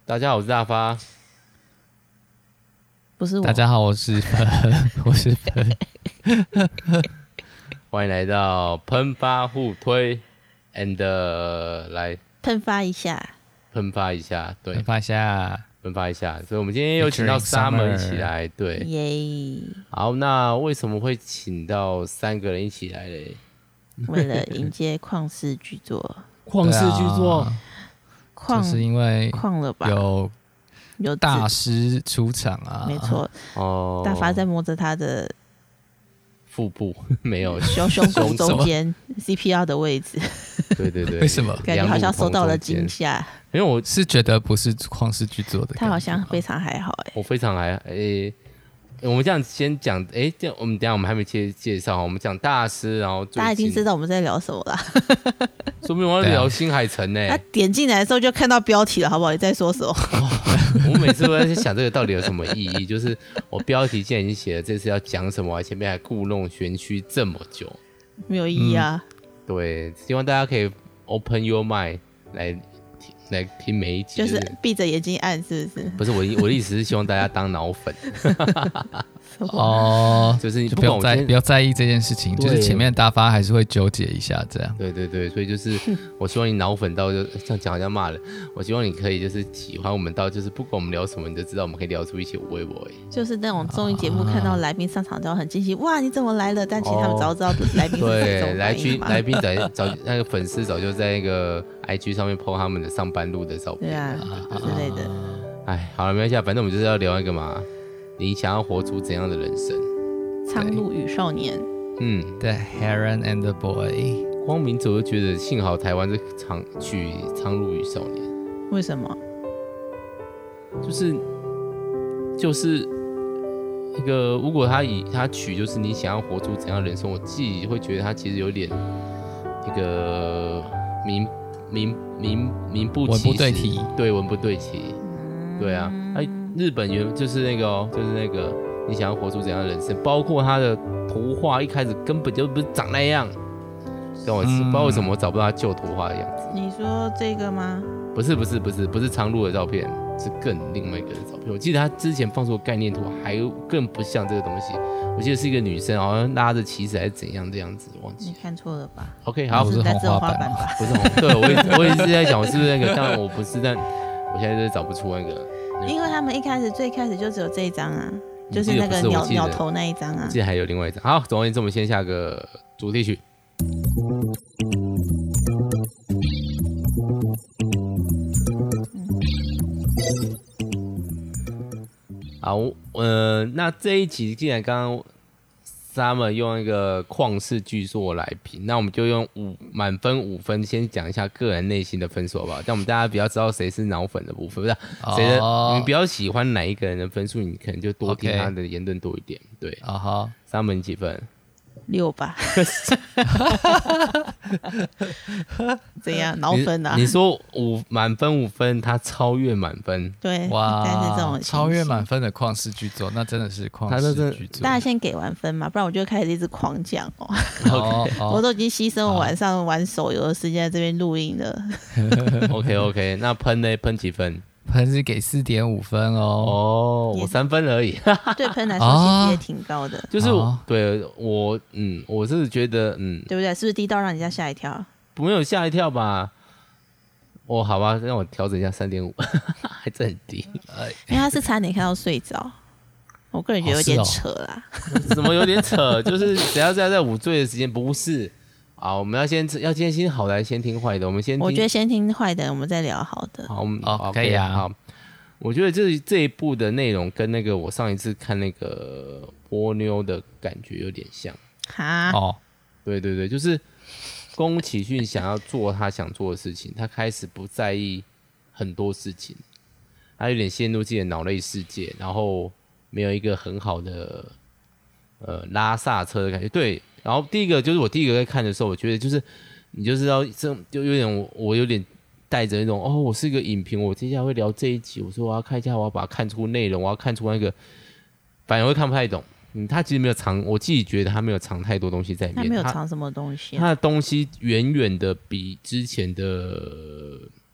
大家好，我是大发。 不是我。 大家好，我是喷，我是喷。 欢迎来到喷发互推 and 来喷发一下， 喷发一下，对， 喷发一下， 喷发一下。所以我们今天又请到 Summer 一起来，对， 耶！ 好，那为什么会请到3个人一起来嘞？ 为了迎接旷世巨作， 旷世巨作， 就是因为旷了吧？有大师出场啊， 没错。哦，大发在摸着他的腹部，没有胸部中间 CPR 的位置。 对对对， 为什么？ 感觉好像受到了惊吓。 因为我是觉得不是旷世巨作的， 他好像非常还好我非常还我们这样先讲，这样我们等一下我们还没介绍，我们讲大师，然后大家已经知道我们在聊什么了。 说明我要聊新海诚呢。 他点进来的时候就看到标题了，好不好？你在说什么？ 我每次都在想这个到底有什么意义，就是我标题既然已经写了这次要讲什么，前面还故弄玄虚这么久， 没有意义啊。 对，希望大家可以 open your mind 来听每一集， 就是闭着眼睛按，是不是？ 不是我的意思是希望大家当脑粉。 哦， 就是不要在意这件事情，就是前面大发还是会纠结一下这样。 对对对，所以就是我希望你脑粉到就这样讲好像骂人，我希望你可以就是喜欢我们到就是不管我们聊什么，你就知道我们可以聊出一些微博。 就是那种综艺节目看到来宾上场都很惊喜，哇你怎么来了？但其实他们早知道来宾是对来宾早那个粉丝早就在那个 IG 上面 po 他们的上班路的照片， 对啊之类的。 哎，好了，没关系，反正我们就是要聊一个嘛。你想要活出怎样的人生？ 苍鹭与少年。 The Heron and the Boy。 光明者就觉得幸好台湾是取苍鹭与少年。 为什么？ 就是一个，如果他取就是你想要活出怎样的人生，我自己会觉得他其实有点一个名不其实， 文不对题， 对，文不对题，对啊，日本就是那个你想要活出怎样的人生，包括他的图画一开始根本就不是长那样，但我不知道为什么我找不到他旧图画的样子。 你说这个吗？ 不是苍鹭的照片，是更另外一个的照片。我记得他之前放出的概念图还更不像这个东西，我记得是一个女生好像拉着旗子还是怎样的样子，忘记。 你看错了吧 ？OK， 好， 不是红花板吧？ 不是红，对我也是在想我是不是那个，但我不是，但我现在就是找不出那个。 因为他们最开始就只有这一张啊，就是那个鸟头那一张啊。 记得还有另外一张。好，总而言之，我们先下个主题曲。好，那这一集既然刚刚 Summer 用一个旷世巨作来评，那我们就用满分5分，先讲一下个人内心的分数好不好？但我们大家比较知道谁是脑粉的部分，不是谁的，你比较喜欢哪一个人的分数，你可能就多听他的言论多一点。对， 好 ，Summer 你几分 ？6吧。怎样？脑粉啊？ 你说满分5分，他超越满分。 对， 哇， 但是这种超越满分的旷世巨作，那真的是旷世巨作。 大家先给完分嘛，不然我就开始一直狂讲我都已经牺牲我晚上玩手游的时间在这边录音了。 OK， 那喷呢？喷几分？ 喷是给4.5分哦。我3分而已。 对喷来说其实也挺高的。 就是对我我是觉得对不对？是不是低到让人家吓一跳？ 没有吓一跳吧？好吧，让我调整一下3.5，还真很低。 因为他是差点看到睡着，我个人觉得有点扯啦。 怎么有点扯？就是只要在午睡的时间，不是啊？我们要先好的，先听坏的。我觉得先听坏的，我们再聊好的。 好， 可以啊。 好，我觉得这一部的内容跟那个我上一次看那个波妞的感觉有点像。对对对，就是宫崎骏想要做他想做的事情，他开始不在意很多事情，他有点陷入自己的脑内世界，然后没有一个很好的拉刹车的感觉。对，然后第一个就是我第一个在看的时候，我觉得就是你就知道就有点我有点带着那种我是一个影评，我接下来会聊这一集，我说我要看一下，我要把它看出内容，我要看出那个，反而会看不太懂。他其实没有藏，我自己觉得他没有藏太多东西在里面。 他没有藏什么东西他的东西远远的比之前的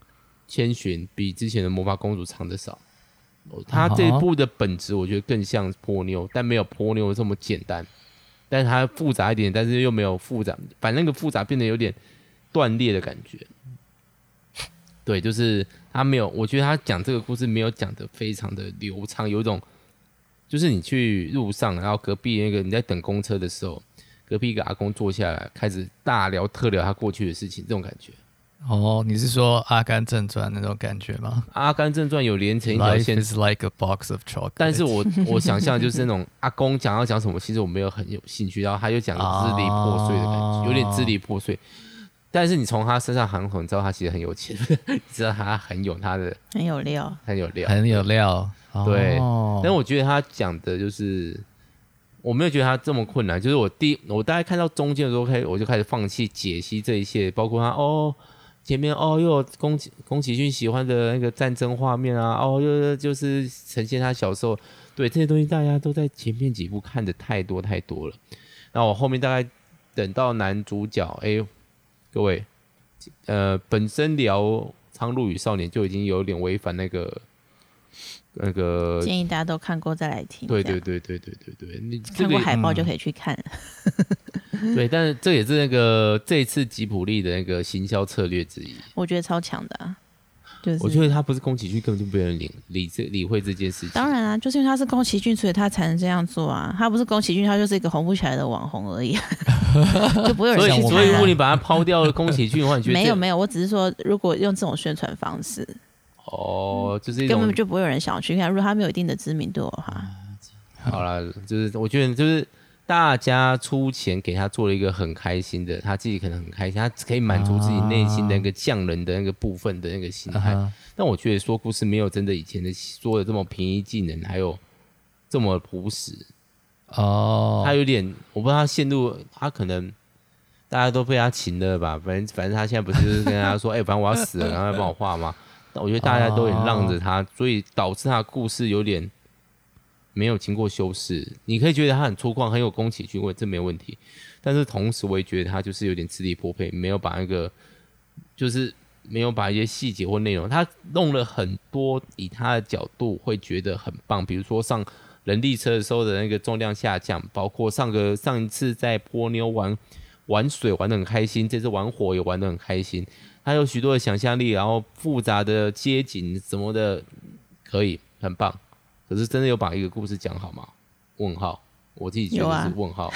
千寻比之前的魔法公主长得少。他这一部的本质我觉得更像波妞，但没有波妞这么简单，但是它复杂一点，但是又没有复杂，把那个复杂变得有点断裂的感觉。对，就是他没有，我觉得他讲这个故事没有讲得非常的流畅，有一种就是你去路上，然后隔壁那个你在等公车的时候，隔壁一个阿公坐下来开始大聊特聊他过去的事情，这种感觉。 哦，你是说《阿甘正传》那种感觉吗？ 《阿甘正传》有连成一条线 ，Life is like a box of chocolate。 但是我想象就是那种阿公要讲什么，其实我没有很有兴趣，然后他就讲支离破碎的感觉，有点支离破碎。但是你从他身上很知道他其实很有钱，你知道他很有他的很有料， 很有料。 对，但我觉得他讲的就是。我没有觉得他这么困难，就是我大概看到中间的时候，我就开始放弃解析这一切，包括他前面又有宫崎骏喜欢的那个战争画面啊，又就是呈现他小时候，对这些东西大家都在前面几部看的太多太多了。然后我后面大概等到男主角，各位，本身聊《苍鹭与少年》就已经有点违反那个。 建议大家都看过再来听。 对， 你看过海报就可以去看。 对，但是这也是这一次吉卜力的那个行销策略之一。 我觉得超强的啊，就是我觉得他不是宫崎骏，根本就没人理会这件事情。 当然啊，就是因为他是宫崎骏，所以他才能这样做啊。他不是宫崎骏，他就是一个红不起来的网红而已，就不会有人去看。 所以如果你把他抛掉了宫崎骏的话，你觉得没有，我只是说，如果用这种宣传方式。 就是根本就不会有人想去看，如果他没有一定的知名度的话。 好啦，就是我觉得就是大家出钱给他做了一个很开心的，他自己可能很开心，他可以满足自己内心的那个匠人的那个部分的那个心态。但我觉得说故事没有真的以前的说的这么平易近人，还有这么朴实。他有点，我不知道他陷入，他可能大家都被他擒了吧？反正他现在不是就是跟他说，反正我要死了，然后要帮我画吗？我觉得大家都有点让着他，所以导致他的故事有点没有经过修饰。你可以觉得他很粗犷，很有宫崎骏味，这没有问题。但是同时，我也觉得他就是有点支离破碎，没有把那个就是没有把一些细节或内容，他弄了很多，以他的角度会觉得很棒。比如说上人力车的时候的那个重量下降，包括上一次在波妞玩水玩得很开心，这次玩火也玩得很开心。他有许多的想象力，然后复杂的街景什么的，可以很棒。可是真的有把一个故事讲好吗？问号，我自己觉得是问号。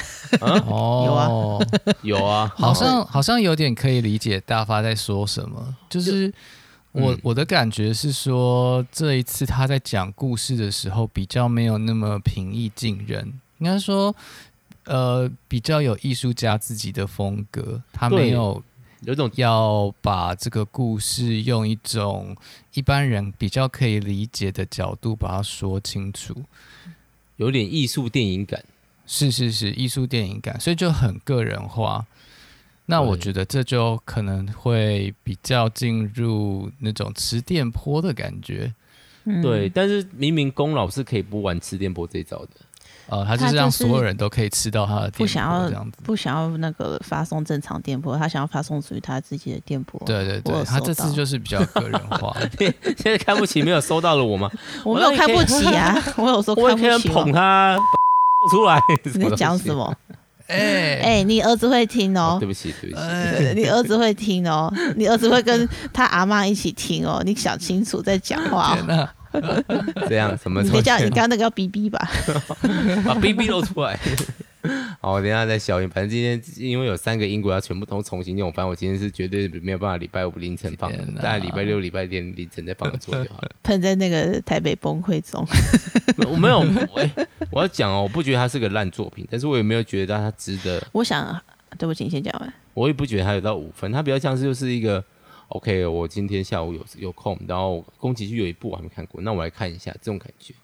有啊， 好像有点可以理解大发在说什么。就是我的感觉是说，这一次他在讲故事的时候，比较没有那么平易近人，应该说，比较有艺术家自己的风格，他没有。 有种要把这个故事用一种一般人比较可以理解的角度把它说清楚， 有点艺术电影感。 是艺术电影感，所以就很个人化。那我觉得这就可能会比较进入那种吃电波的感觉。 对，但是明明龚老师可以不玩吃电波这一招的。 他就是让所有人都可以吃到他的电波， 不想要那个发送正常电波，他想要发送属于他自己的电波。 对，他这次就是比较个人化。 现在看不起没有收到了我吗？ 我没有看不起啊，我有说看不起。 我可以捧他出来。 你在讲什么？你儿子会听哦。 对不起， 你儿子会听哦，你儿子会跟他阿嬷一起听哦，你想清楚再讲话哦。 这样什么？ 你刚刚那个要逼逼吧， 把逼逼露出来。好，我等一下再消音。反正今天因为有3个音轨要全部都重新用，反正我今天是绝对没有办法礼拜5凌晨放，大概礼拜6、礼拜天凌晨再放出就好了。 喷在那个台北崩溃中。 我没有，我要讲我不觉得它是个烂作品，但是我也没有觉得它值得。 我想，对不起，你先讲完。 我也不觉得它有到5分，它比较像是就是一个。OK， 我今天下午有空，然后宫崎骏有一部我还没看过，那我来看一下这种感觉。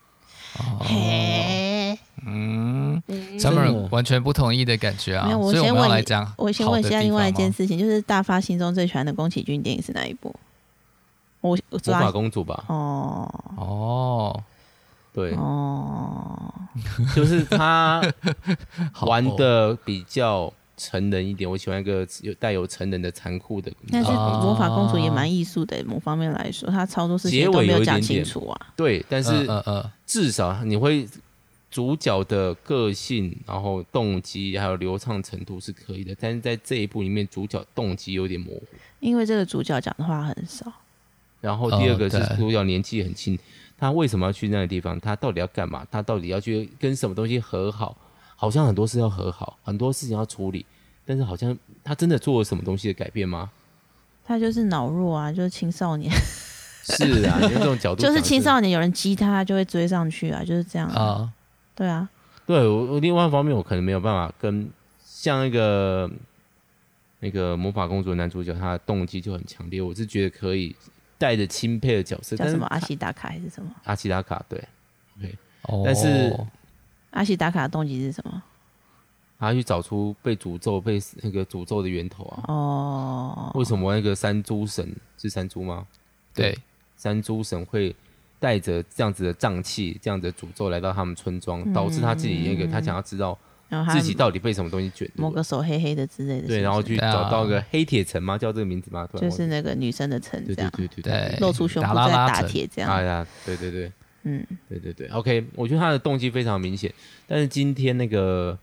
Summer 完全不同意的感觉啊！ 所以我们要来讲。 我先问一下另外一件事情，就是大发心中最喜欢的宫崎骏电影是哪一部？ 魔法公主吧。对。就是他玩的比较成人一点，我喜欢一个带有成人的残酷的。 但是魔法公主也蛮艺术的，某方面来说，她超多事情都没有讲清楚啊。 对，但是至少你会主角的个性，然后动机还有流畅程度是可以的，但是在这一部里面，主角动机有点模糊， 因为这个主角讲的话很少。 然后第二个是主角年纪很轻，他为什么要去那个地方？他到底要干嘛？他到底要去跟什么东西和好？好像很多事要和好，很多事情要处理，但是好像他真的做了什么东西的改变吗？ 他就是脑弱啊，就是青少年。 是啊，用这种角度就是青少年有人激他就会追上去啊，就是这样啊。对啊， 对我另外一方面我可能没有办法跟像那个魔法公主的男主角，他的动机就很强烈，我是觉得可以带着钦佩的角色， 叫什么阿西达卡还是什么？ 阿西达卡，对 ，OK，但是阿西达卡的动机是什么？ 他去找出被诅咒、被那个诅咒的源头啊！ 哦， 为什么那个山猪神是山猪吗？ 对， 山猪神会带着这样子的瘴气、这样子的诅咒来到他们村庄，导致他自己他想要知道自己到底被什么东西卷入， 某个手黑黑的之类的。 对，然后去找到一个黑铁城吗？叫这个名字吗？ 就是那个女生的城，这样对， 露出胸部在打铁这样。 哎呀，对，对 ，OK， 我觉得他的动机非常明显，但是今天那个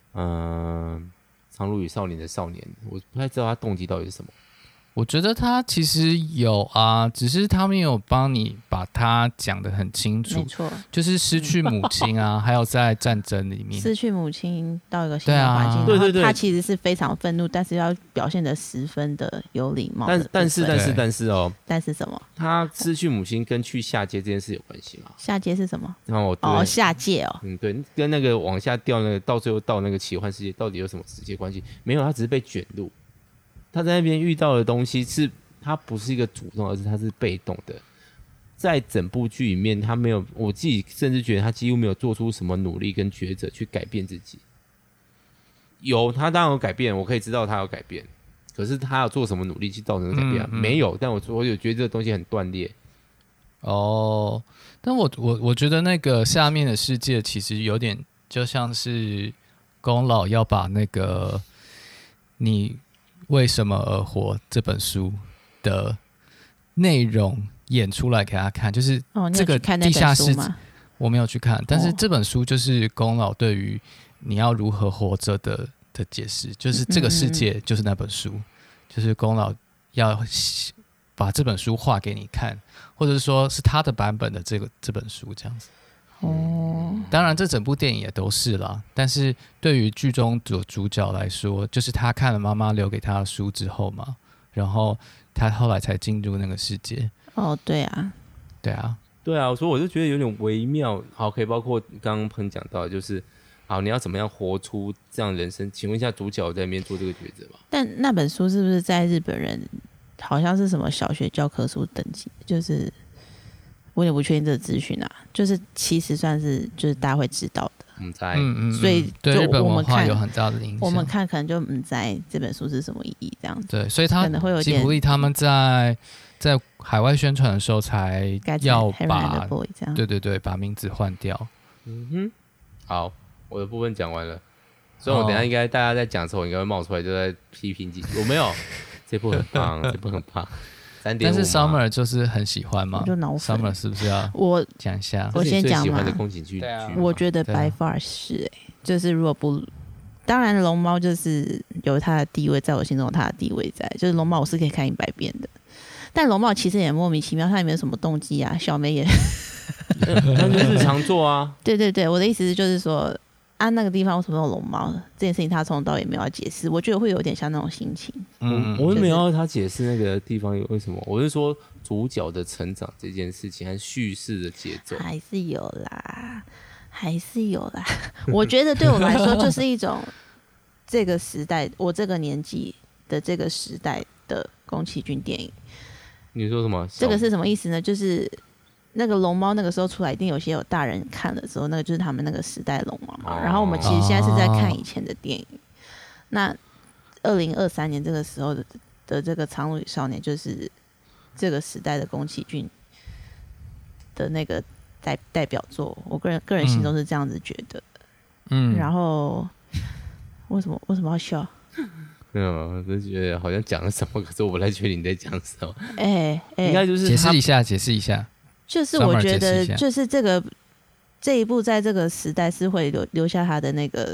苍鹭与少年的少年，我不太知道他动机到底是什么。 我觉得他其实有啊，只是他没有帮你把他讲得很清楚。 没错， 就是失去母亲啊，还有在战争里面失去母亲到一个新的环境，对，他其实是非常愤怒，但是要表现得十分的有礼貌。 但是哦， 但是什么？ 他失去母亲跟去下界这件事有关系吗？ 下界是什么？ 然后下界哦， 对，跟那个往下掉那个到最后到那个奇幻世界到底有什么直接关系？没有，他只是被卷入。他在那边遇到的东西是，他不是一个主动，而是他是被动的。在整部剧里面，他没有，我自己甚至觉得他几乎没有做出什么努力跟抉择去改变自己。有，他当然有改变，我可以知道他有改变，可是他要做什么努力去造成改变？没有。但我有觉得这个东西很断裂。 哦，但我觉得那个下面的世界其实有点就像是宫老要把那个你为什么而活这本书的内容演出来给他看，就是这个地下室，我没有去看，但是这本书就是宫老对于你要如何活着的解释，就是这个世界就是那本书，就是宫老要把这本书画给你看，或者是说是他的版本的这本书这样子。当然这整部电影也都是啦，但是对于剧中的主角来说，就是他看了妈妈留给他的书之后嘛，然后他后来才进入那个世界。 对啊， 所以我就觉得有点微妙。好，可以包括刚刚喷讲到的，就是好，你要怎么样活出这样人生？请问一下，主角在那边做这个抉择吗？ 但那本书是不是在日本人好像是什么小学教科书等级？就是我也不确定这个资讯啊，就是其实算是就是大家会知道的。所以对日本文化有很大的影响。 我们看可能就不在这本书是什么意义这样子。 对，所以他吉卜力他们在海外宣传的时候才要把对把名字换掉。 好，我的部分讲完了。所以我等一下应该大家在讲的时候，应该会冒出来就在批评几句。我没有，这部很棒，这部很棒。3.5， 但是 Summer 就是很喜欢嘛， 就脑粉。 Summer 是不是要讲一下？ 我先讲嘛。 最喜欢的宫崎骏剧， 我觉得 by far 是就是如果不，当然龙猫就是有它的地位，在我心中有它的地位在，就是龙猫我是可以看100遍的。但龙猫其实也莫名其妙，它也没有什么动机啊。小梅也， 它就是日常做啊。 对，我的意思就是说。那个地方为什么有龙猫这件事情，他从头到尾没有要解释，我觉得会有点像那种心情。 我没有要他解释那个地方为什么，我是说主角的成长这件事情和叙事的节奏还是有啦。我觉得对我来说，就是一种这个时代，我这个年纪的这个时代的宫崎骏电影。 你说什么？ 这个是什么意思呢？就是那个龙猫那个时候出来，一定有些有大人看的时候，那个就是他们那个时代龙猫嘛。然后我们其实现在是在看以前的电影。那2023年这个时候的这个《苍鹭与少年》，就是这个时代的宫崎骏的那个代表作。我个人心中是这样子觉得。然后为什么要笑？ 没有，就觉得好像讲了什么，可是我不太确定你在讲什么。 应该就是解释一下，解释一下。 就是我觉得，就是这一部在这个时代是会留下他的那个，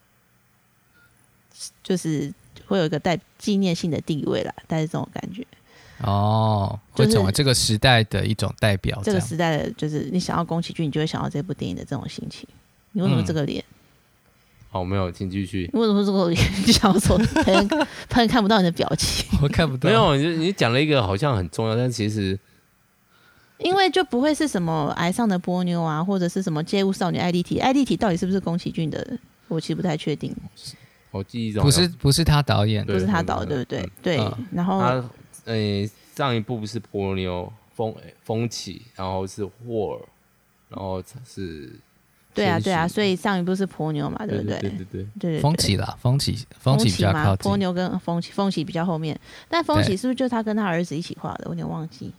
就是会有一个纪念性的地位啦，大概是这种感觉。 哦，会成为这个时代的一种代表。 这个时代的就是你想要宫崎骏，你就会想到这部电影的这种心情。你为什么这个脸？ 好，没有，请继续。 你为什么这个脸？你想要说，朋友看不到你的表情。 我看不到。 没有，你讲了一个好像很重要，但其实因为就不会是什么崖上的波妞啊，或者是什么街舞少女爱丽缇。爱丽缇到底是不是宫崎骏的？我其实不太确定。 我记忆中不是他导演， 不是他导，对不对？对。然后他上一部是波妞风起，然后是霍尔，然后是。 对啊，所以上一部是波妞嘛，对不对？ 对， 风起啦，风起比较靠近。 波妞跟风起比较后面，但风起是不是就他跟他儿子一起画的？我有点忘记。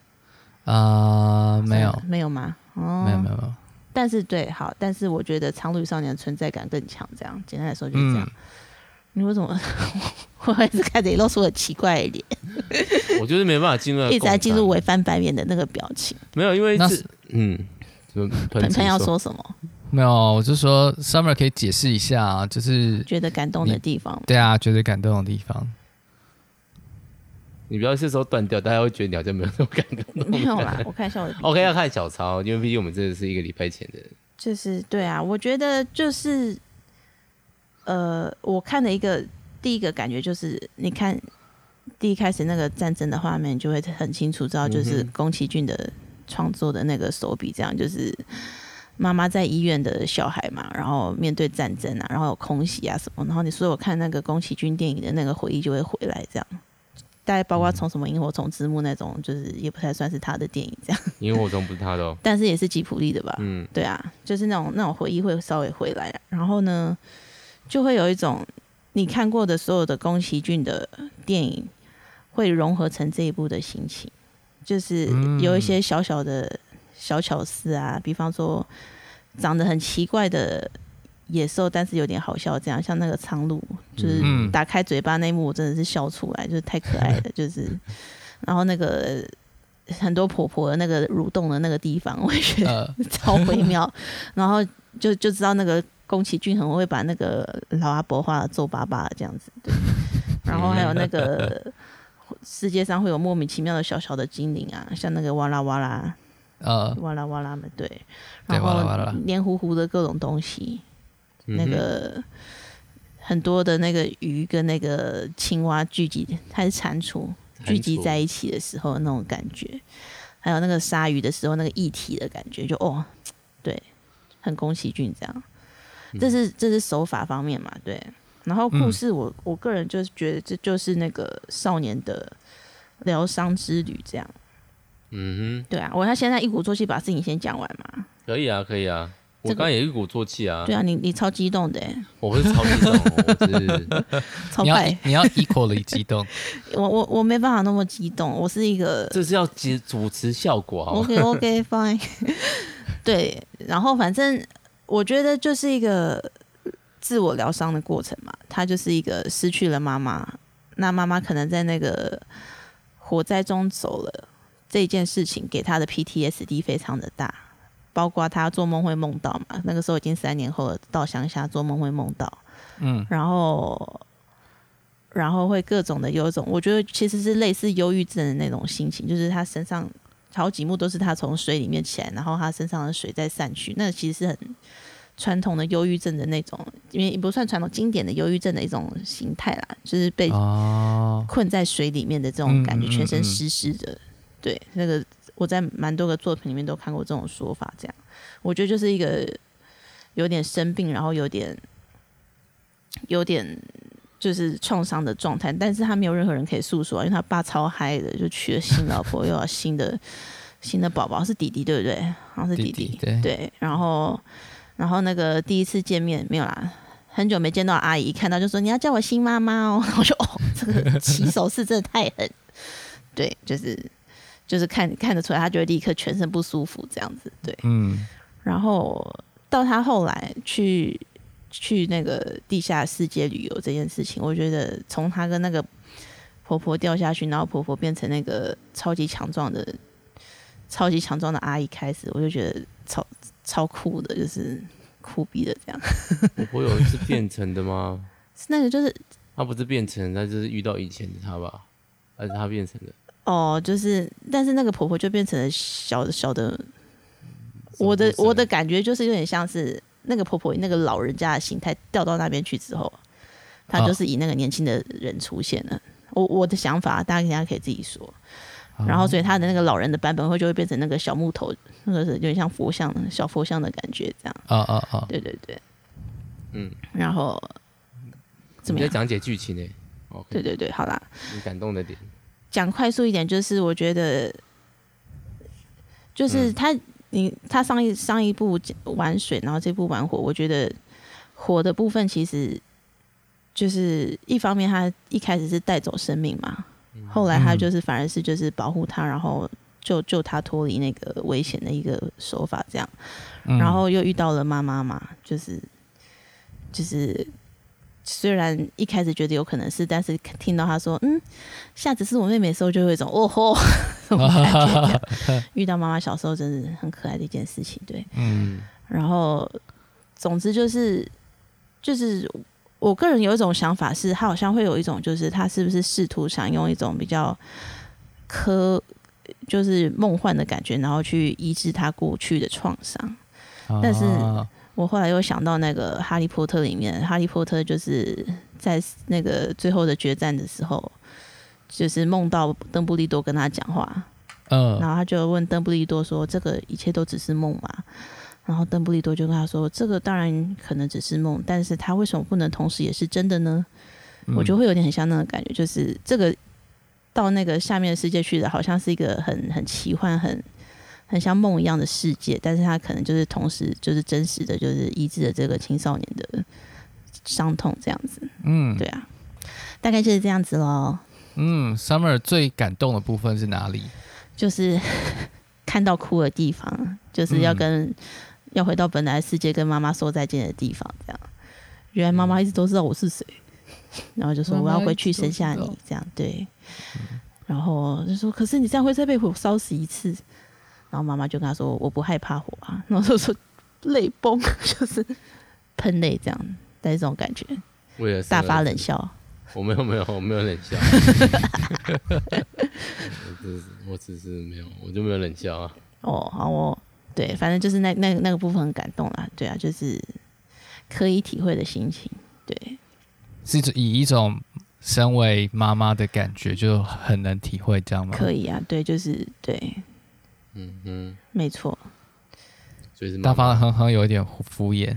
没有吗？ 没有。 但是但是我觉得苍鹭与少年的存在感更强。这样简单来说就是这样。你为什么我一直看着你露出很奇怪的脸？ 我就是没办法进入， 一直在进入我翻白眼的那个表情。 没有，因为喷要说什么？ 没有，我就说 Summer 可以解释一下，就是觉得感动的地方。 对啊，觉得感动的地方。 你不要这时候断掉，大家会觉得你好像没有那么感动。 没有啦，我看一下我的。 OK， 要看小抄，因为毕竟我们这是一个礼拜前的。 就是对啊，我觉得就是我看的第一个感觉就是，你看第一开始那个战争的画面，就会很清楚知道，就是宫崎骏的创作的那个手笔，这样就是。妈妈在医院的小孩嘛，然后面对战争啊，然后有空袭啊什么，然后你所有看那个宫崎骏电影的那个回忆就会回来，这样，大概包括从什么萤火虫之墓那种，就是也不太算是他的电影这样。 萤火虫不是他的但是也是吉卜力的吧？对啊，就是那种回忆会稍微回来，然后呢，就会有一种你看过的所有的宫崎骏的电影会融合成这一部的心情，就是有一些小小的。小巧思啊，比方说长得很奇怪的野兽，但是有点好笑，这样像那个苍鹭，就是打开嘴巴那一幕，我真的是笑出来，就是太可爱了，就是，然后那个很多婆婆的那个蠕动的那个地方，我也觉得超微妙，然后就知道那个宫崎骏很会把那个老阿伯画的皱巴巴的这样子，对，然后还有那个世界上会有莫名其妙的小小的精灵啊，像那个哇啦哇啦。哇啦哇啦们对，然后黏糊糊的各种东西，那个很多的那个鱼跟那个青蛙聚集还是蟾蜍聚集在一起的时候那种感觉，还有那个鲨鱼的时候那个一体的感觉，就对，很宫崎骏这样，这是手法方面嘛，对，然后故事我个人就是觉得这就是那个少年的疗伤之旅这样。对啊，我要现在一鼓作气把事情先讲完嘛。 可以啊，我刚刚也一鼓作气啊。 对啊，你超激动的耶。 我不是超激动，我是超快。 你要 equally 激动。 我没办法那么激动，我是一个。 这是要主持效果啊。 OK fine 。对，然后反正我觉得就是一个自我疗伤的过程嘛。他就是一个失去了妈妈，那妈妈可能在那个火灾中走了。这件事情给他的 PTSD 非常的大，包括他做梦会梦到嘛，那个时候已经3年后了，到乡下做梦会梦到，然后会各种的有一种，我觉得其实是类似忧郁症的那种心情，就是他身上好几幕都是他从水里面起来，然后他身上的水在散去，那其实是很传统的忧郁症的那种，因为也不算传统经典的忧郁症的一种形态啦，就是被困在水里面的这种感觉，全身湿湿的。对，那个我在蛮多个作品里面都看过这种说法，这样我觉得就是一个有点生病，然后有点就是创伤的状态，但是他没有任何人可以诉说，因为他爸超嗨的，就娶了新老婆，又有新的宝宝，是弟弟对不对？好像是弟弟，对，然后那个第一次见面没有啦，很久没见到阿姨，一看到就说你要叫我新妈妈哦，我说这个起手式真的太狠，对，就是看得出来，他就会立刻全身不舒服这样子，对，然后到他后来去去那个地下世界旅游这件事情，我觉得从她跟那个婆婆掉下去，然后婆婆变成那个超级强壮的阿姨开始，我就觉得超酷的，就是酷毙的这样。 婆婆有是变成的吗？ 是那个就是她不是变成，她就是遇到以前的她吧？还是她变成的？ 哦，就是，但是那个婆婆就变成了小的。我的感觉就是有点像是那个婆婆以那个老人家的形态调到那边去之后，她就是以那个年轻的人出现了。我的想法，大家可以自己说。然后，所以她的那个老人的版本就会变成那个小木头，那个是有点像佛像、小佛像的感觉，这样。对对对，然后怎么样？ 你在讲解剧情呢？ 对对对，好啦。 你感动的点， 讲快速一点，就是我觉得，就是他上一部玩水，然后这部玩火，我觉得火的部分其实就是一方面，他一开始是带走生命嘛，后来他就是反而是就是保护他，然后救他脱离那个危险的一个手法，这样，然后又遇到了妈妈嘛，就是虽然一开始觉得有可能是，但是听到他说下次是我妹妹的时候，就会有一种哦吼这种感觉。遇到妈妈小时候真的很可爱的一件事情，对，然后总之就是我个人有一种想法是，他好像会有一种就是他是不是试图想用一种比较就是梦幻的感觉，然后去医治他过去的创伤，但是。我后来又想到那个《哈利波特》里面，哈利波特就是在那个最后的决战的时候，就是梦到邓布利多跟他讲话，然后他就问邓布利多说：“这个一切都只是梦嘛？”然后邓布利多就跟他说：“这个当然可能只是梦，但是他为什么不能同时也是真的呢？”我觉得会有点很像那个感觉，就是这个到那个下面的世界去的，好像是一个很奇幻、很像梦一样的世界，但是他可能就是同时就是真实的就是医治了这个青少年的伤痛这样子。对啊，大概就是这样子咯。 Summer 最感动的部分是哪里？ 就是看到哭的地方，就是要回到本来的世界跟妈妈说再见的地方，这样。原来妈妈一直都知道我是谁，然后就说我要回去生下你，这样对。然后就说可是你这样会再被火烧死一次。然后妈妈就跟他说：“我不害怕火啊。”然后就说泪崩，就是喷泪这样，带这种感觉，大发冷笑。 我没有冷笑，我只是没有，我就没有冷笑啊。 好对，反正就是那个部分很感动啦，对啊，就是可以体会的心情，对， 是以一种身为妈妈的感觉，就很能体会这样吗？ 可以啊，对，就是对。没错。 所以是大方很有一点敷衍。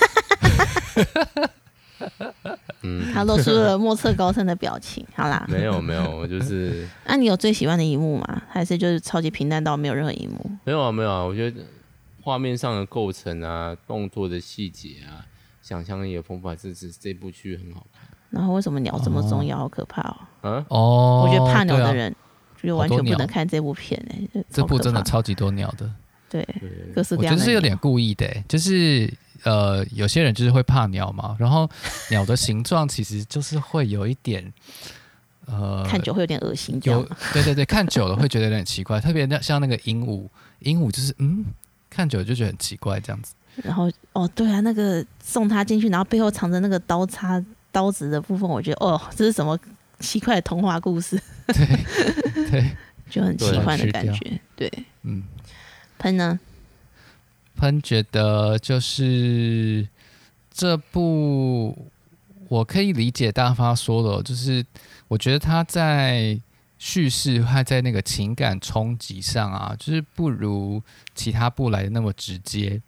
他露出了莫测高深的表情。好啦， 没有，我就是。 那你有最喜欢的一幕吗？还是就是超级平淡到没有任何一幕？ 没有啊，我觉得画面上的构成啊，动作的细节啊，想象力的丰富，这部剧很好看。 然后为什么鸟这么重要？好可怕哦！我觉得怕鸟的人。就完全不能看这部片这部真的超级多鸟的， 对，各式各样的鸟。 我觉得是有点故意的就是有些人就是会怕鸟嘛，然后鸟的形状其实就是会有一点看久会有点恶心， 对，看久了会觉得有点奇怪，特别像那个鹦鹉就是看久了就觉得很奇怪这样子。 然后对啊，那个送他进去，然后背后藏着那个刀子的部分，我觉得这是什么奇怪的童话故事？ 对， 就很奇幻的感觉。对，喷呢？ 喷觉得就是这部我可以理解大发说的，就是我觉得他在叙事还在那个情感冲击上啊，就是不如其他部来的那么直接。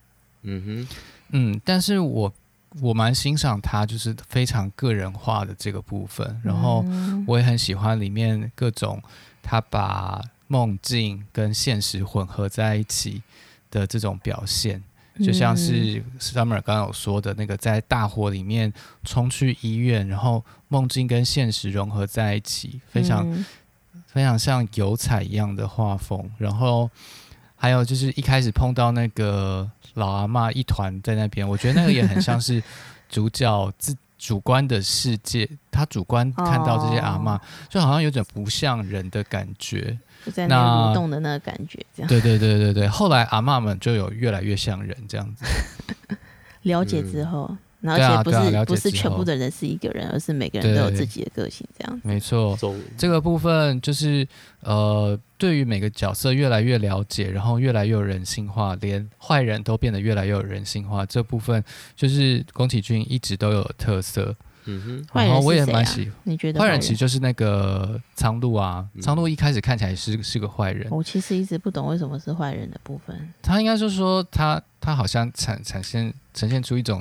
但是我蛮欣赏他就是非常个人化的这个部分，然后我也很喜欢里面各种他把梦境跟现实混合在一起的这种表现，就像是 Summer 刚刚有说的那个在大火里面冲去医院，然后梦境跟现实融合在一起，非常非常像油彩一样的画风，然后还有就是一开始碰到那个老阿嬷一团在那边，我觉得那个也很像是主角主观的世界，他主观看到这些阿嬷，就好像有点不像人的感觉， 就在那边蠕动的那个感觉，这样。 对，后来阿嬷们就有越来越像人这样子。 了解之后，而且不是全部的人是一个人，而是每个人都有自己的个性，这样子。 没错，这个部分就是对于每个角色越来越了解，然后越来越有人性化，连坏人都变得越来越有人性化。这部分就是宫崎骏一直都有的特色。然后我也蛮喜欢。 你觉得坏人其实就是那个苍鹭啊？苍鹭一开始看起来是个坏人。 我其实一直不懂为什么是坏人的部分。 他应该就是说他好像呈现出一种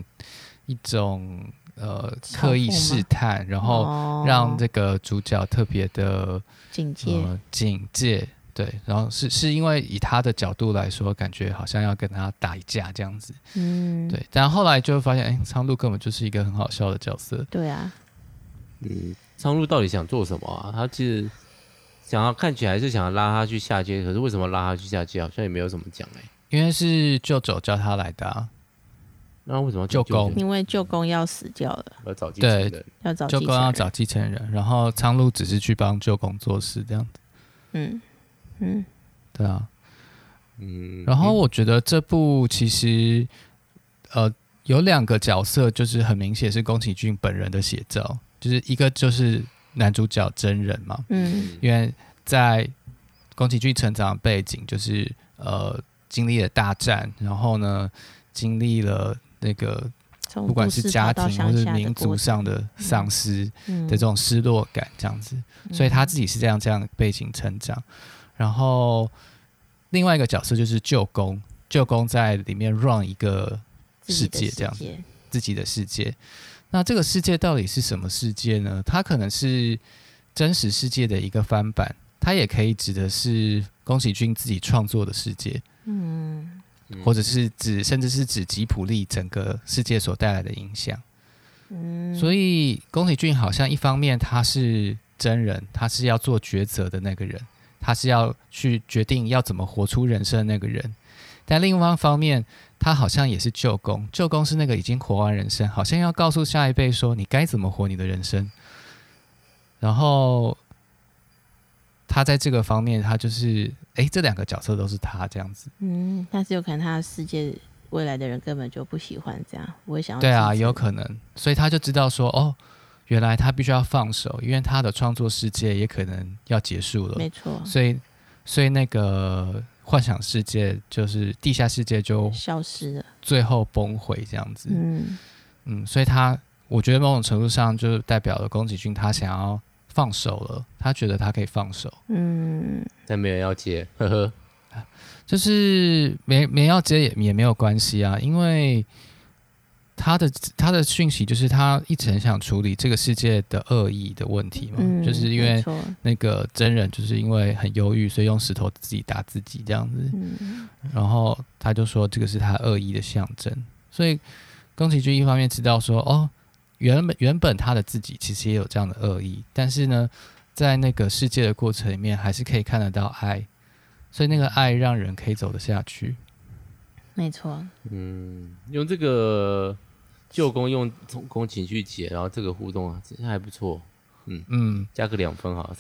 刻意试探，然后让这个主角特别的警戒，对，然后是因为以他的角度来说，感觉好像要跟他打一架这样子，对，但后来就发现，苍鹭根本就是一个很好笑的角色， 对啊， 苍鹭到底想做什么啊？他其实看起来是想要拉他去下界，可是为什么拉他去下界，好像也没有怎么讲因为是舅舅叫他来的啊。 那为什么舅公？ 因为舅公要死掉了， 要找继承人。 对， 舅公要找继承人，然后苍鹭只是去帮舅公做事这样子。对啊。然后我觉得这部其实有2个角色，就是很明显是宫崎骏本人的写照，就是一个就是男主角真人嘛。因为在宫崎骏成长的背景就是经历了大战，然后呢经历了那个不管是家庭或是民族上的丧失的这种失落感这样子，所以他自己是这样的背景成长。然后另外一个角色就是舅公在里面 run 一个世界这样子，自己的世界。那这个世界到底是什么世界呢？它可能是真实世界的一个翻版，它也可以指的是宫崎骏自己创作的世界。或者是甚至是指吉卜力整个世界所带来的影响。所以宫崎骏好像一方面他是真人，他是要做抉择的那个人，他是要去决定要怎么活出人生的那个人。但另外一方面，他好像也是舅公是那个已经活完人生，好像要告诉下一辈说你该怎么活你的人生。然后他在这个方面，他就是这2个角色都是他这样子。 但是有可能他的世界未来的人根本就不喜欢这样，不会想要。 对啊，有可能，所以他就知道说，原来他必须要放手，因为他的创作世界也可能要结束了。 没错。 所以那个幻想世界就是地下世界就消失了， 最后崩毁这样子。所以我觉得某种程度上就代表了宫崎骏他想要放手了，他觉得他可以放手。 但没人要接，呵呵。 就是没人要接也没有关系啊，因为他的讯息就是他一直很想处理这个世界的恶意的问题嘛，就是因为那个真人就是因为很忧郁，所以用石头自己打自己这样子。然后他就说这个是他恶意的象征，所以宫崎骏一方面知道说原本他的自己其实也有这样的恶意，但是呢在那个世界的过程里面还是可以看得到爱，所以那个爱让人可以走得下去。 没错。 用这个舅公用宫崎去解，然后这个互动啊，这还不错。加个2分好了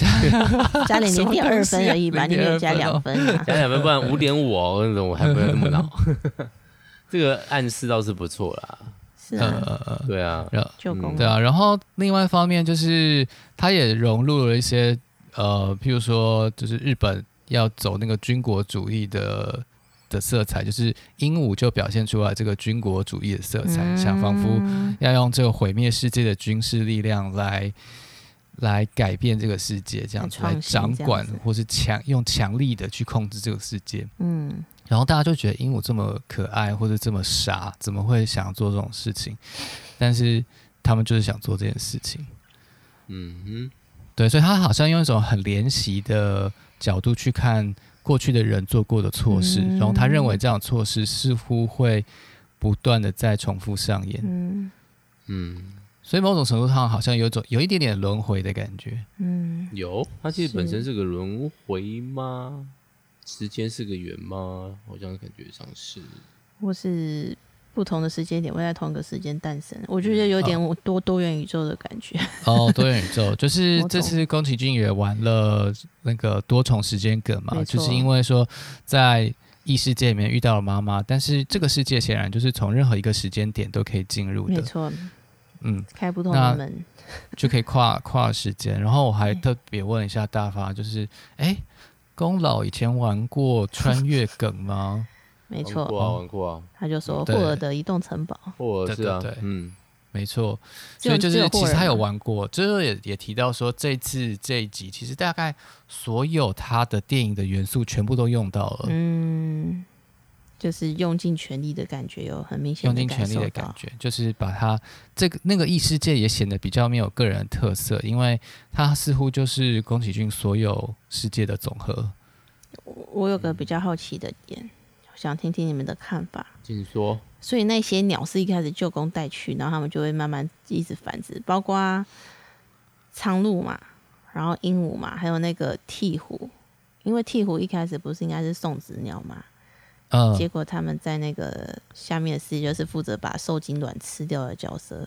，3.7， 加0.2分而已吧，你没有加2分啊？ 加2分，不然5.5哦，那种我还不会那么恼。这个暗示倒是不错啦。 是啊， 对啊， 舅公对啊。然后另外一方面就是他也融入了一些譬如说就是日本要走那个军国主义的色彩，就是鹦鹉就表现出来这个军国主义的色彩，想仿佛要用这个毁灭世界的军事力量来改变这个世界，这样子来掌管，或是用强力的去控制这个世界。然后大家就觉得鹦鹉这么可爱或者这么傻，怎么会想做这种事情？但是他们就是想做这件事情。对，所以他好像用一种很怜惜的角度去看过去的人做过的错事，然后他认为这样的错事似乎会不断的在重复上演。所以某种程度上好像有一点点轮回的感觉。 有，他其实本身是个轮回吗？ 时间是个圆吗？好像感觉上是， 或是不同的时间点会在同一个时间诞生，我觉得有点多元宇宙的感觉。 多元宇宙就是这次宫崎骏也玩了那个多重时间梗嘛，就是因为说在异世界里面遇到了妈妈，但是这个世界显然就是从任何一个时间点都可以进入的， 没错，开不同的门就可以跨时间。然后我还特别问一下大发，就是宫老以前玩过穿越梗吗？ 没错， 玩过啊。 他就说霍尔的移动城堡， 霍尔是啊， 对，没错。所以就是其实他有玩过，最后也提到说这次这一集其实大概所有他的电影的元素全部都用到了， 就是用尽全力的感觉，有很明显的感受到。用尽全力的感觉， 就是把他那个异世界也显得比较没有个人的特色，因为他似乎就是宫崎骏所有世界的总和。 我有个比较好奇的点，想听听你们的看法。 请说。 所以那些鸟是一开始舅公带去，然后他们就会慢慢一直繁殖，包括苍鹭嘛，然后鹦鹉嘛，还有那个鹈鹕。因为鹈鹕一开始不是应该是送子鸟嘛，结果他们在那个下面的世界就是负责把受精卵吃掉的角色。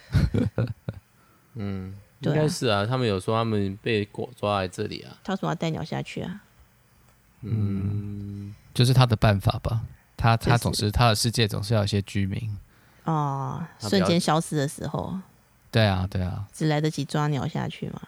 应该是啊，他们有说他们被抓在这里啊。 他说要带鸟下去啊。 就是他的办法吧。他总是他的世界总是要有一些居民瞬间消失的时候。 对啊， 只来得及抓鸟下去嘛。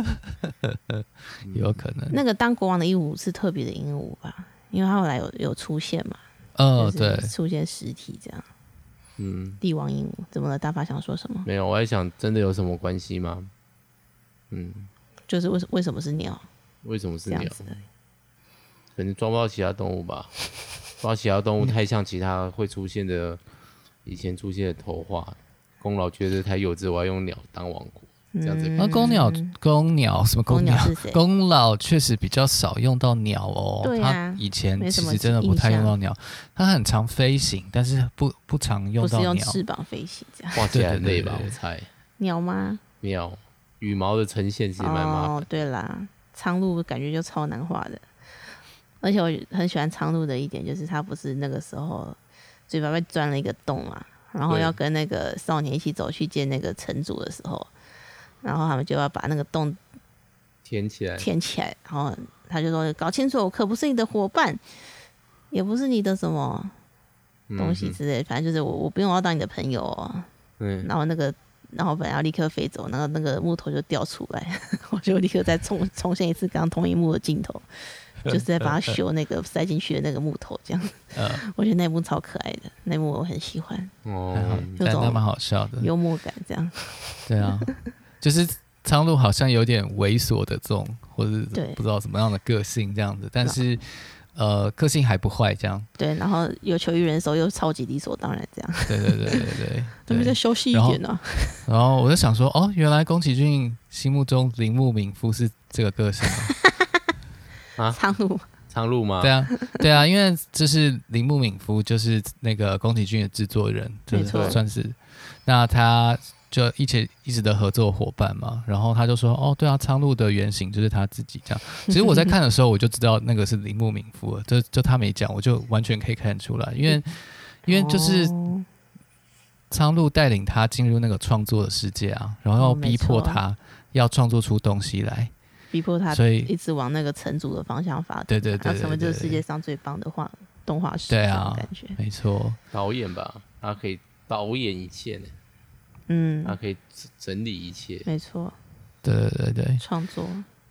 有可能。 那个当国王的鹦鹉是特别的鹦鹉吧？因为他后来有出现嘛。 对， 出现实体这样。帝王鹦鹉怎么了？大发想说什么？ 没有，我在想，真的有什么关系吗？ 就是为什么是鸟？ 为什么是鸟？可能抓不到其他动物吧。抓其他动物太像其他会出现的以前出现的头画。宫老觉得太幼稚，我要用鸟当王国，这样子。 公鸟什么公鸟？ 是谁？ 宫老确实比较少用到鸟哦。 对啊， 他以前其实真的不太用到鸟，他很常飞行，但是不常用到鸟。 不是用翅膀飞行这样。 画起来很累吧？我猜。 鸟吗？ 鸟，羽毛的呈现其实蛮麻烦。 对啦，苍鹭感觉就超难画的。而且我很喜欢苍鹭的一点，就是他不是那个时候嘴巴被钻了一个洞嘛，然后要跟那个少年一起走去见那个城主的时候，然后他们就要把那个洞填起来， 然后他就说：“搞清楚，我可不是你的伙伴，也不是你的什么东西之类，反正就是我不用要当你的朋友哦。”然后本来要立刻飞走，然后那个木头就掉出来，我就立刻再重现一次刚刚同一幕的镜头。就是在把它修那个塞进去的那个木头，这样。我觉得那幕超可爱的，那幕我很喜欢。 但那蛮好笑的， 幽默感这样。 对啊，就是苍鹭好像有点猥琐的这种，或者不知道什么样的个性这样子，但是个性还不坏这样。 对，然后有求于人的时候又超级理所当然这样。 对， 能不能再修细一点呢？ 然后我就想说，原来宫崎骏心目中铃木敏夫是这个个性苍鹭吗？ 对啊，因为这是铃木敏夫，就是那个宫崎骏的制作人，就是算是，那他就一直的合作伙伴嘛。然后他就说，对啊，苍鹭的原型就是他自己这样。其实我在看的时候，我就知道那个是铃木敏夫了，就他没讲，我就完全可以看得出来，因为就是苍鹭带领他进入那个创作的世界啊，然后逼迫他要创作出东西来。 逼迫他一直往那个城主的方向发展， 对， 他成为这个世界上最棒的动画师，这种感觉。 没错， 导演吧，他可以导演一切呢，他可以整理一切， 没错， 对， 创作，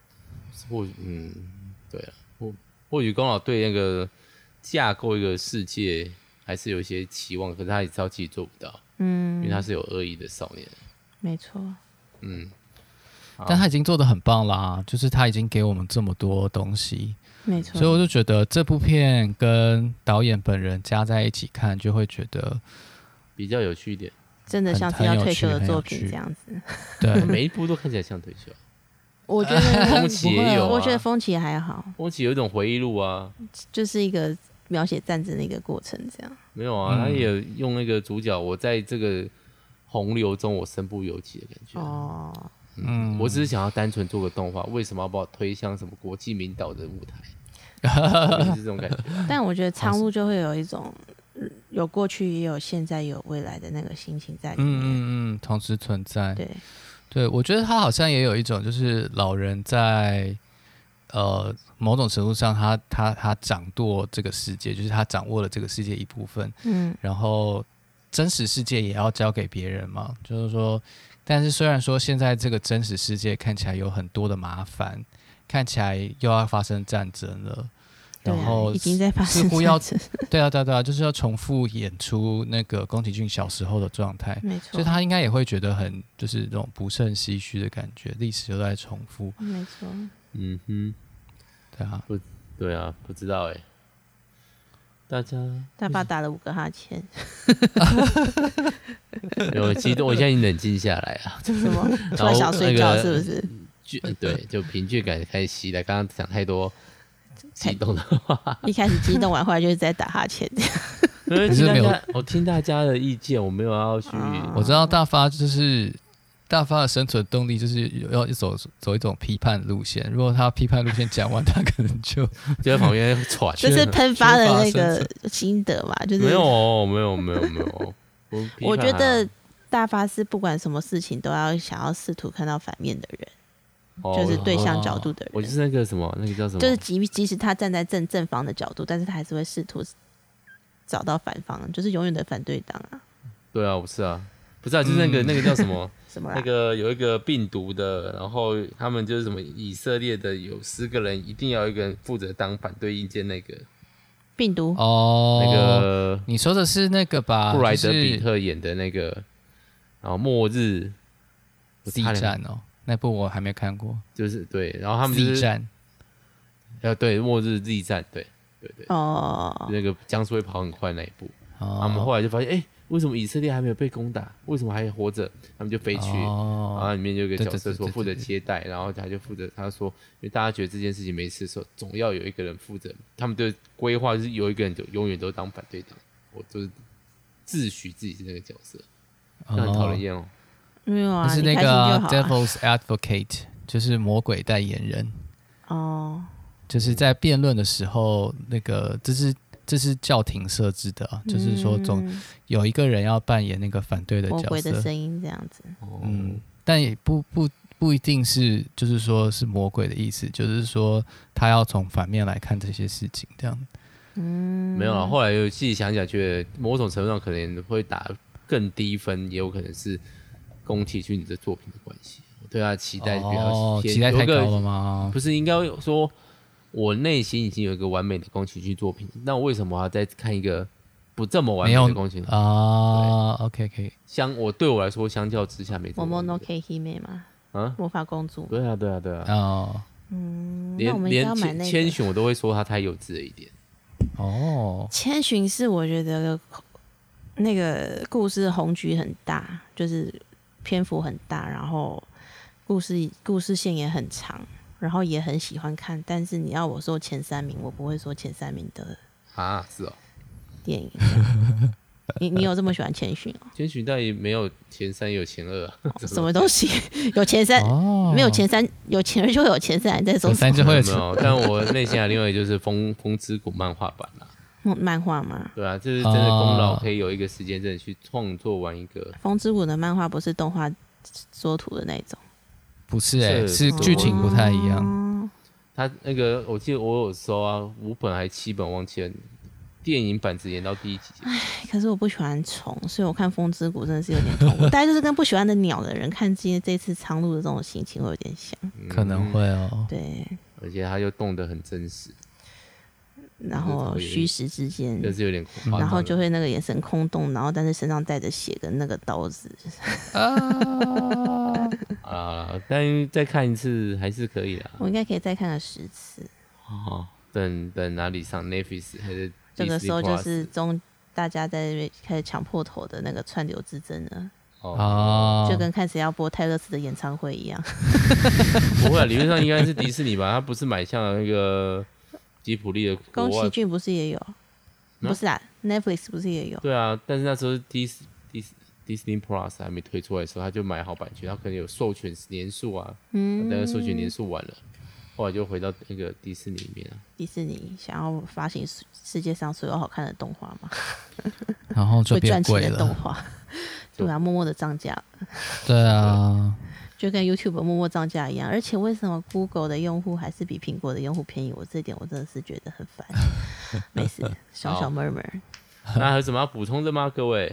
对啊，或许宫老对那个架构一个世界还是有一些期望，可是他也知道自己做不到，因为他是有恶意的少年， 没错， 但他已经做得很棒啦，就是他已经给我们这么多东西， 没错， 所以我就觉得这部片跟导演本人加在一起看，就会觉得比较有趣一点， 真的像要退休的作品这样子。 对， 每一部都看起来像退休。 我觉得风起也有， 我觉得风起还好， 风起有一种回忆录啊， 就是一个描写战争的一个过程，这样。 没有啊，他也用那个主角，我在这个洪流中，我身不由己的感觉。我只是想要单纯做个动画，为什么要把我推向什么国际名导的舞台？ 是这种感觉。 但我觉得苍鹭就会有一种有过去也有现在也有未来的那个心情在里面， 同时存在。 对， 我觉得他好像也有一种，就是老人在某种程度上他掌舵这个世界，就是他掌握了这个世界一部分，然后真实世界也要交给别人嘛，就是说，但是虽然说现在这个真实世界看起来有很多的麻烦，看起来又要发生战争了。然后已经在发生战争， 对啊，就是要重复演出那个宫崎骏小时候的状态， 没错， 所以他应该也会觉得很就是这种不胜唏嘘的感觉，历史又在重复， 没错， 对啊，不知道大爸打了5个哈欠， 有激动，我现在已经冷静下来了， 什么？突然想睡觉是不是？ 对，就平静感开始袭来，刚刚讲太多。激动的话， 一开始激动完，后来就是在打哈欠。 我听大家的意见，我没有要去。 我知道大发的生存动力就是要走一种批判路线。如果他批判路线讲完，他可能就在旁边喘。 这是喷发的那个心得嘛？就是没有。 我觉得大发是不管什么事情都要想要试图看到反面的人。就是对象角度的人， 我就是那个什么，那个叫什么？ 就是即使他站在正方的角度，但是他还是会试图找到反方，就是永远的反对党啊。 对啊，不是啊，就是那个叫什么？ 什么？ 那个有一个病毒的，然后他们就是什么以色列的有10个人，一定要有一个人负责当反对意见那个病毒那个你说的是那个吧？ 布莱德比特演的那个，然后末日 Z 战哦。那部我还没看过， 就是对，然后他们就是 Z 战， 对，末日 Z 战，对，那个僵尸会跑很快那一部，他们后来就发现，为什么以色列还没有被攻打？为什么还活着？他们就飞去，然后里面就有一个角色说负责接待，然后他就负责，他说，因为大家觉得这件事情没事的时候，总要有一个人负责，他们的规划就是有一个人就永远都当反对党，我就是自诩自己是那个角色，那很讨人厌哦。 没有啊， 就是那个 Devil's Advocate， 就是魔鬼代言人。就是在辩论的时候，那个这是教廷设置的啊，就是说总有一个人要扮演那个反对的角色， 魔鬼的声音这样子。 但也不一定是，就是说是魔鬼的意思，就是说他要从反面来看这些事情，这样。 没有啊，后来自己想想，觉得某种程度上可能会打更低分，也有可能是宫崎骏的作品的关系，我对他期待比较期待太高了吗？ 不是，应该说，我内心已经有一个完美的宫崎骏作品，那我为什么要再看一个不这么完美的宫崎骏啊 ？OK， 对我来说，相较之下没这么完美。 Momonoke Hime 吗？魔法公主。 对啊。 那我们应该要买那个。 千寻我都会说他太幼稚了一点。 千寻是我觉得那个故事宏局很大，就是篇幅很大，然后故事线也很长，然后也很喜欢看。但是你要我说前3名，我不会说前3名的是哦， 电影。你有这么喜欢千寻哦？ 千寻但也没有前3，有前2啊。 什么东西？有前3，没有前3，有前2就会有前3。你在说前3就会有前2。但我内心还另外就是风之谷漫画版啦。 漫画吗？ 对啊，这是真的功劳，可以有一个时间真的去创作完一个。 风之谷的漫画不是动画缩图的那种， 不是是剧情不太一样。 他那个我记得我有收啊，5本还7本忘记了。电影版只演到第1集。 可是我不喜欢虫，所以我看风之谷真的是有点痛苦。大概就是跟不喜欢的鸟的人看这次苍鹭的这种心情会有点像。 可能会哦。 对。 而且他又动得很真实。 然后虚实之间， 就是有点夸张， 然后就会那个眼神空洞，然后但是身上带着血跟那个刀子。 但再看一次还是可以的。 我应该可以再看个10次。 等哪里上 Netflix 还是这个时候就是大家在开始抢破头的那个串流之争了。就跟看谁要播泰勒斯的演唱会一样。 不会，理论上应该是迪士尼吧？他不是买下那个。吉普力的宫崎骏不是也有？不是啊 ，Netflix 不是也有？ 对啊，但是那时候 Disney Plus 还没推出来的时候，他就买好版权，他可能有授权年数啊，等授权年数完了， 后来就回到那个迪士尼里面了。 迪士尼想要发行世界上所有好看的动画嘛， 然后就变贵了。会赚钱的动画，对啊，默默的涨价。 对啊， 就跟 YouTube 默默涨价一样。而且为什么 Google 的用户还是比苹果的用户便宜？这点我真的是觉得很烦。没事，小小 murmur。 那还有什么要补充的吗，各位？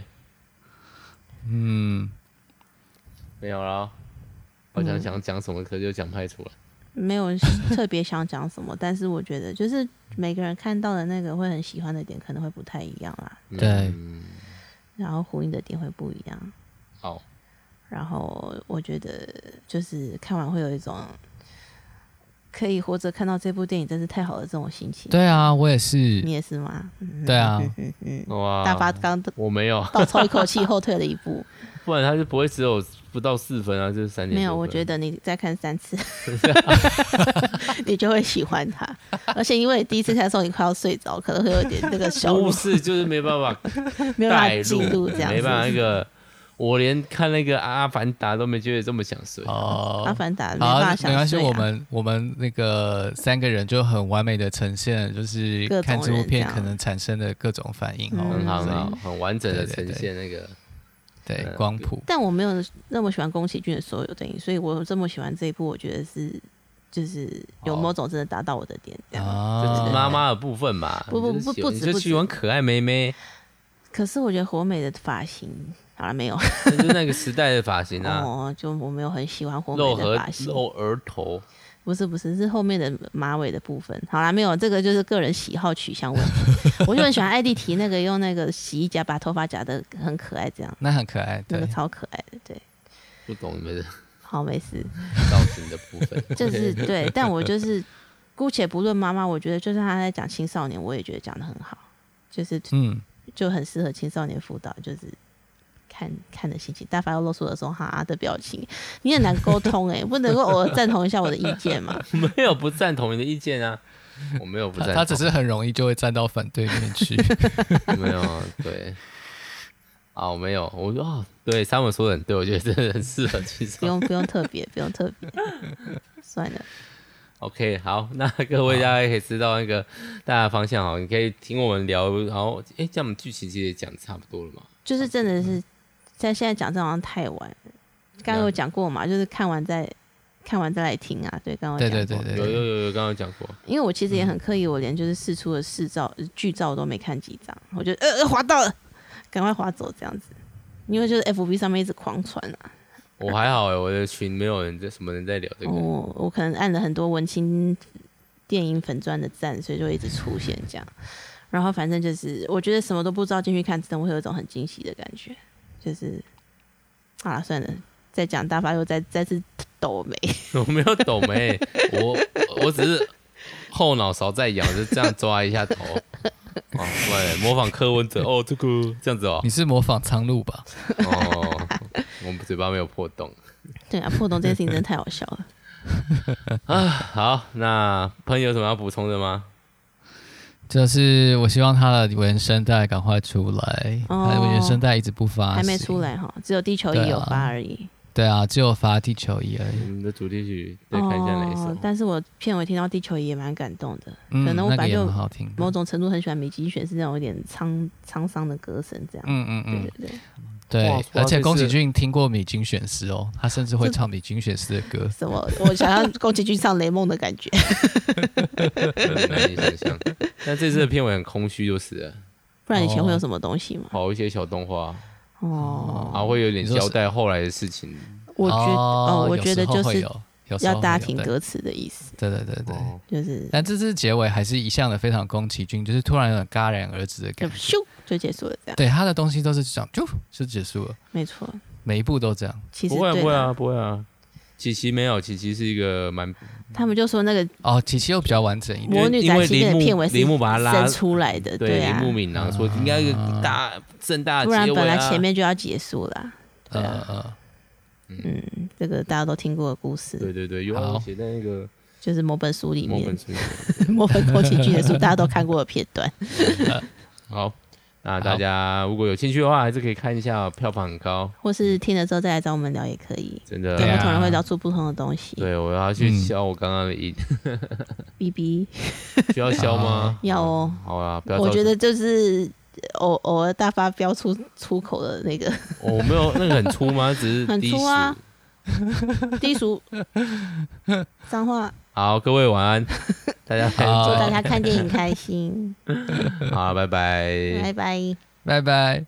没有了。好像想讲什么，可就讲不太出来。 没有特别想讲什么，但是我觉得就是每个人看到的那个会很喜欢的点可能会不太一样啦。 对， 然后呼应的点会不一样。 好， 然后我觉得就是看完会有一种可以活着看到这部电影真是太好了这种心情。 对啊，我也是。 你也是吗？ 对啊。 哇， 大发刚我没有倒抽一口气后退了一步。 不然他就不会只有不到4分啊，就是3点。 没有，我觉得你再看3次，你就会喜欢他。而且因为第一次看的时候你快要睡着，可能会有点那个小故事就是没办法带入，这样没办法那个。我连看那个《阿凡达》都没觉得这么想睡。 阿凡达没办法想睡。 没关系，我们那个3个人就很完美的呈现，就是看这部片可能产生的各种反应， 很好，很完整的呈现那个。 对，光谱。 但我没有那么喜欢宫崎骏的所有电影，所以我这么喜欢这一部，我觉得是就是有某种真的达到我的点，这样。 就是妈妈的部分嘛。 不止， 就喜欢可爱妹妹。 可是我觉得火美的发型，好了没有？ 就是那个时代的发型啊。 就我没有很喜欢火美的发型。 露额头。 不是，是后面的马尾的部分。好啦，没有，这个就是个人喜好取向问题。我就很喜欢艾蒂提那个用那个洗衣夹把头发夹得很可爱，这样。 那很可爱， 那个超可爱的，对。 不懂你们的。 好，没事。 造型的部分。 就是对，但我就是姑且不论妈妈，我觉得就算他在讲青少年，我也觉得讲得很好，就是就很适合青少年辅导，就是。看的心情，大发又露出了说哈的表情，你很难沟通不能够偶尔赞同一下我的意见吗？ 没有不赞同你的意见啊，我没有不赞同， 他只是很容易就会站到反对面去。 没有，对，我没有，我说对，Summer说的很对，我觉得真的很适合青少年。 不用特别，算了。 OK， 好，那各位大家可以知道那个大家的方向好，你可以听我们聊，然后这样我们剧情其实也讲差不多了嘛， 就是真的是。现在讲这好像太晚了，刚刚有讲过嘛，就是看完再来听啊。对，刚刚有讲过。 对，有刚刚讲过。 因为我其实也很刻意，我连就是释出的剧照都没看几张，我觉得滑到了，赶快滑走这样子。因为就是 FB 上面一直狂传啊。 我还好我的群没有什么人在聊这个。 我可能按了很多文青电影粉专的赞，所以就一直出现这样。然后反正就是我觉得什么都不知道进去看，真的会有一种很惊喜的感觉。就是算了，再讲大发又再次抖眉。 我没有抖眉，我只是后脑勺在痒，就这样抓一下头。对，模仿柯文哲这个这样子你是模仿苍鹭吧？ 我们嘴巴没有破洞。 对啊，破洞这件事情真的太好笑了。 好，那朋友有什么要补充的吗？ 就是我希望他的原声带赶快出来，他的原声带一直不发， 还没出来哈，只有地球仪有发而已。 对啊，只有发地球仪而已。 我们的主题曲再看一下哪一首。 但是我片尾听到地球仪也蛮感动的，可能我本来就某种程度很喜欢米津玄师那种有点沧桑的歌声，这样。 对，而且宫崎骏听过米津玄师他甚至会唱米津玄师的歌。 什么？我想要宫崎骏唱雷梦的感觉。 难以想象。但这次的片尾很空虚就是了。 不然以前会有什么东西吗？ 跑一些小动画。会有点交代后来的事情。 我觉得就是要大家听歌词的意思。 对，就是。但这次结尾还是一向的非常宫崎骏，就是突然有点戛然而止的感觉， 咻就结束了这样。 对，他的东西都是这样，就结束了。 没错， 每一部都这样。 其实不会啊。琪琪没有，琪琪是一个蛮。 他们就说那个琪琪又比较完整一点， 魔女宅急便的片尾是铃木把他拉出来的，对啊。 铃木敏郎说应该有盛大的结尾， 不然本来前面就要结束了。这个大家都听过的故事。 对，有写在那个就是某本书里面，某本宫崎骏的书大家都看过的片段。 好， 那大家如果有兴趣的话，还是可以看一下，票房很高， 或是听了之后再来找我们聊也可以。 真的， 不同人会聊出不同的东西。 对，我要去消我刚刚的音。 BB 需要消吗？ 要哦。 好啊，不要。 我觉得就是偶尔大发飙出口的那个。 我没有那个很粗吗？只是很粗啊。低俗。脏话。 好，各位晚安。大家祝大家看电影开心。 好，拜拜。 拜拜。 拜拜。